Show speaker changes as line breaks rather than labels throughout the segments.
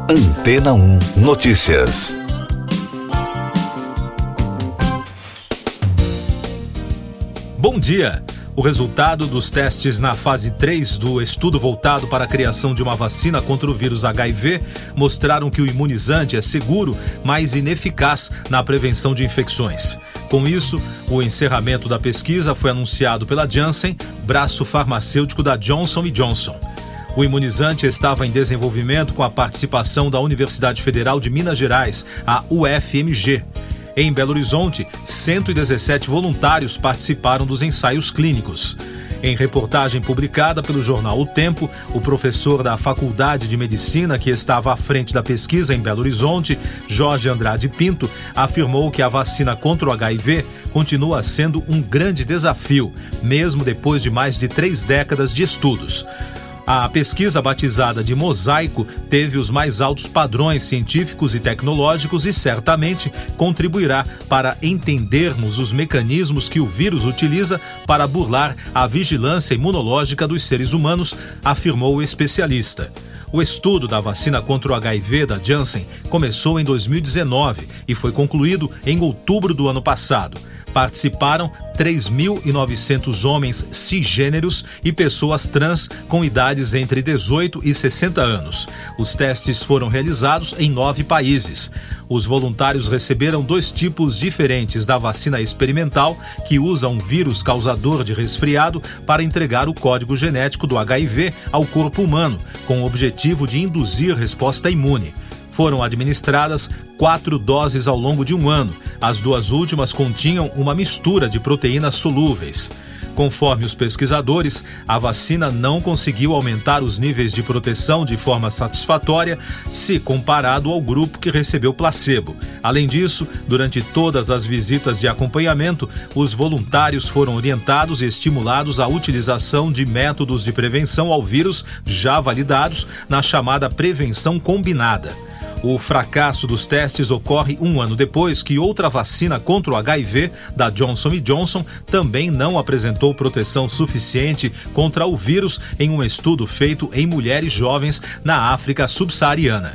Antena 1 Notícias.
Bom dia! O resultado dos testes na fase 3 do estudo voltado para a criação de uma vacina contra o vírus HIV mostraram que o imunizante é seguro, mas ineficaz na prevenção de infecções. Com isso, o encerramento da pesquisa foi anunciado pela Janssen, braço farmacêutico da Johnson & Johnson. O imunizante estava em desenvolvimento com a participação da Universidade Federal de Minas Gerais, a UFMG. Em Belo Horizonte, 117 voluntários participaram dos ensaios clínicos. Em reportagem publicada pelo jornal O Tempo, o professor da Faculdade de Medicina, que estava à frente da pesquisa em Belo Horizonte, Jorge Andrade Pinto, afirmou que a vacina contra o HIV continua sendo um grande desafio, mesmo depois de mais de 3 décadas de estudos. A pesquisa batizada de Mosaico teve os mais altos padrões científicos e tecnológicos e certamente contribuirá para entendermos os mecanismos que o vírus utiliza para burlar a vigilância imunológica dos seres humanos, afirmou o especialista. O estudo da vacina contra o HIV da Janssen começou em 2019 e foi concluído em outubro do ano passado. Participaram 3.900 homens cisgêneros e pessoas trans com idades entre 18 e 60 anos. Os testes foram realizados em 9 países. Os voluntários receberam 2 tipos diferentes da vacina experimental, que usa um vírus causador de resfriado para entregar o código genético do HIV ao corpo humano, com o objetivo de induzir resposta imune. Foram administradas 4 doses ao longo de um ano. As 2 últimas continham uma mistura de proteínas solúveis. Conforme os pesquisadores, a vacina não conseguiu aumentar os níveis de proteção de forma satisfatória se comparado ao grupo que recebeu placebo. Além disso, durante todas as visitas de acompanhamento, os voluntários foram orientados e estimulados à utilização de métodos de prevenção ao vírus já validados na chamada prevenção combinada. O fracasso dos testes ocorre um ano depois que outra vacina contra o HIV, da Johnson & Johnson, também não apresentou proteção suficiente contra o vírus em um estudo feito em mulheres jovens na África subsaariana.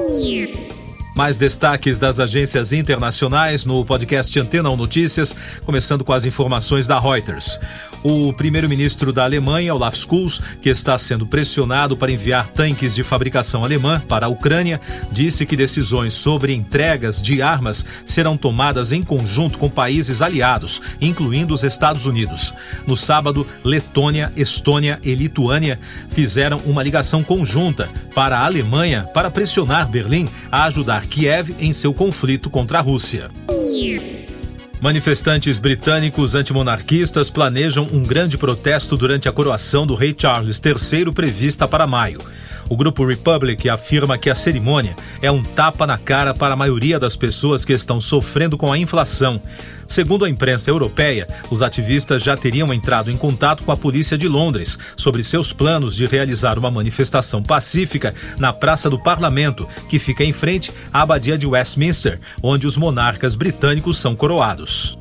Mais destaques das agências internacionais no podcast Antena 1 Notícias, começando com as informações da Reuters. O primeiro-ministro da Alemanha, Olaf Scholz, que está sendo pressionado para enviar tanques de fabricação alemã para a Ucrânia, disse que decisões sobre entregas de armas serão tomadas em conjunto com países aliados, incluindo os Estados Unidos. No sábado, Letônia, Estônia e Lituânia fizeram uma ligação conjunta para a Alemanha para pressionar Berlim a ajudar Kiev em seu conflito contra a Rússia. Manifestantes britânicos antimonarquistas planejam um grande protesto durante a coroação do rei Charles III prevista para maio. O grupo Republic afirma que a cerimônia é um tapa na cara para a maioria das pessoas que estão sofrendo com a inflação. Segundo a imprensa europeia, os ativistas já teriam entrado em contato com a polícia de Londres sobre seus planos de realizar uma manifestação pacífica na Praça do Parlamento, que fica em frente à Abadia de Westminster, onde os monarcas britânicos são coroados.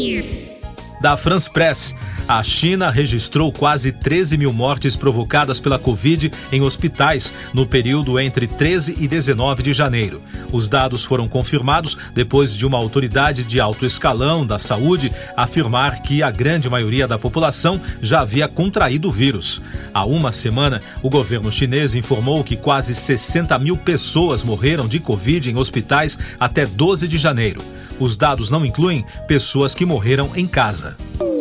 Da France Press, a China registrou quase 13 mil mortes provocadas pela Covid em hospitais no período entre 13 e 19 de janeiro. Os dados foram confirmados depois de uma autoridade de alto escalão da saúde afirmar que a grande maioria da população já havia contraído o vírus. Há uma semana, o governo chinês informou que quase 60 mil pessoas morreram de Covid em hospitais até 12 de janeiro. Os dados não incluem pessoas que morreram em casa.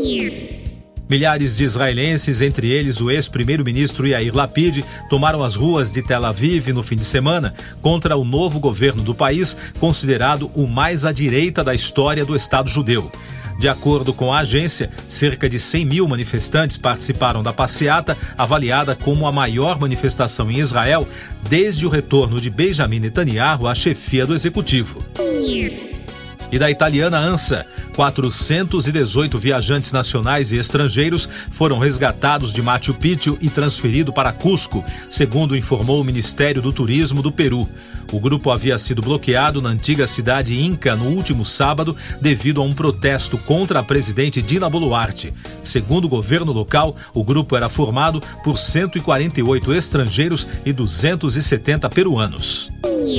Milhares de israelenses, entre eles o ex-primeiro-ministro Yair Lapid, tomaram as ruas de Tel Aviv no fim de semana contra o novo governo do país, considerado o mais à direita da história do Estado judeu. De acordo com a agência, cerca de 100 mil manifestantes participaram da passeata, avaliada como a maior manifestação em Israel desde o retorno de Benjamin Netanyahu à chefia do executivo. E da italiana ANSA, 418 viajantes nacionais e estrangeiros foram resgatados de Machu Picchu e transferidos para Cusco, segundo informou o Ministério do Turismo do Peru. O grupo havia sido bloqueado na antiga cidade Inca no último sábado devido a um protesto contra a presidente Dina Boluarte. Segundo o governo local, o grupo era formado por 148 estrangeiros e 270 peruanos.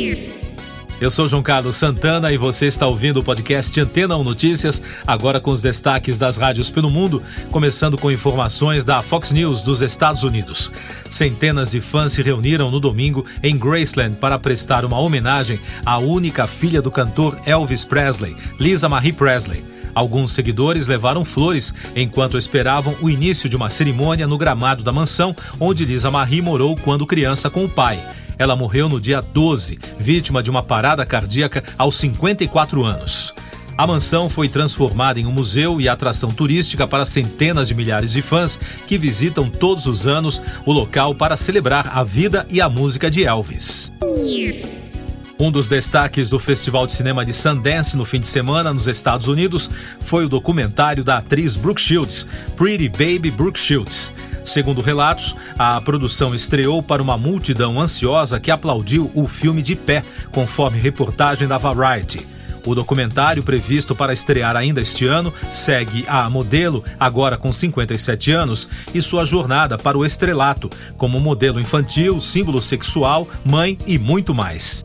Eu sou João Carlos Santana e você está ouvindo o podcast Antena 1 Notícias, agora com os destaques das rádios pelo mundo, começando com informações da Fox News dos Estados Unidos. Centenas de fãs se reuniram no domingo em Graceland para prestar uma homenagem à única filha do cantor Elvis Presley, Lisa Marie Presley. Alguns seguidores levaram flores enquanto esperavam o início de uma cerimônia no gramado da mansão onde Lisa Marie morou quando criança com o pai. Ela morreu no dia 12, vítima de uma parada cardíaca aos 54 anos. A mansão foi transformada em um museu e atração turística para centenas de milhares de fãs que visitam todos os anos o local para celebrar a vida e a música de Elvis. Um dos destaques do Festival de Cinema de Sundance no fim de semana nos Estados Unidos foi o documentário da atriz Brooke Shields, Pretty Baby Brooke Shields. Segundo relatos, a produção estreou para uma multidão ansiosa que aplaudiu o filme de pé, conforme reportagem da Variety. O documentário, previsto para estrear ainda este ano, segue a modelo, agora com 57 anos, e sua jornada para o estrelato, como modelo infantil, símbolo sexual, mãe e muito mais.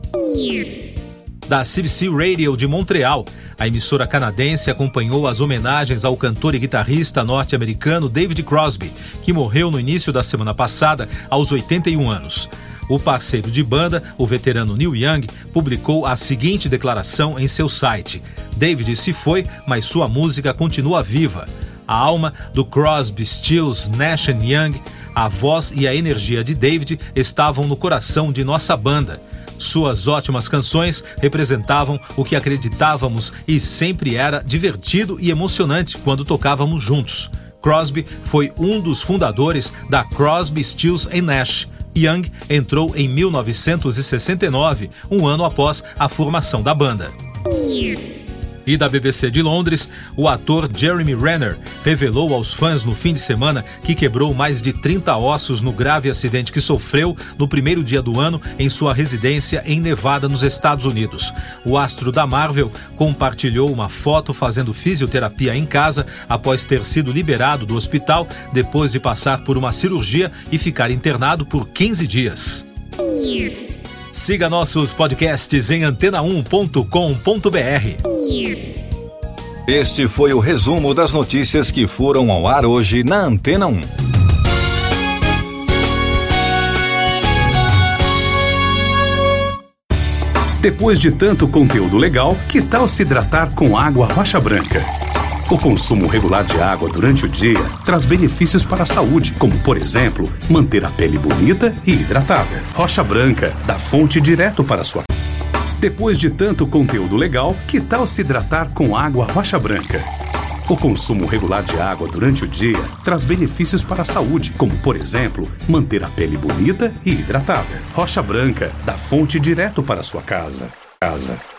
Da CBC Radio de Montreal, a emissora canadense acompanhou as homenagens ao cantor e guitarrista norte-americano David Crosby, que morreu no início da semana passada, aos 81 anos. O parceiro de banda, o veterano Neil Young, publicou a seguinte declaração em seu site: David se foi, mas sua música continua viva. A alma do Crosby, Stills, Nash & Young, a voz e a energia de David estavam no coração de nossa banda. Suas ótimas canções representavam o que acreditávamos e sempre era divertido e emocionante quando tocávamos juntos. Crosby foi um dos fundadores da Crosby, Stills & Nash. Young entrou em 1969, um ano após a formação da banda. E da BBC de Londres, o ator Jeremy Renner revelou aos fãs no fim de semana que quebrou mais de 30 ossos no grave acidente que sofreu no primeiro dia do ano em sua residência em Nevada, nos Estados Unidos. O astro da Marvel compartilhou uma foto fazendo fisioterapia em casa após ter sido liberado do hospital depois de passar por uma cirurgia e ficar internado por 15 dias. Siga nossos podcasts em antena1.com.br.
Este foi o resumo das notícias que foram ao ar hoje na Antena 1.
Depois de tanto conteúdo legal, que tal se hidratar com água Rocha Branca? O consumo regular de água durante o dia traz benefícios para a saúde, como, por exemplo, manter a pele bonita e hidratada. Rocha Branca, da fonte direto para a sua. Depois de tanto conteúdo legal, que tal se hidratar com água Rocha Branca? O consumo regular de água durante o dia traz benefícios para a saúde, como, por exemplo, manter a pele bonita e hidratada. Rocha Branca, da fonte direto para a sua casa.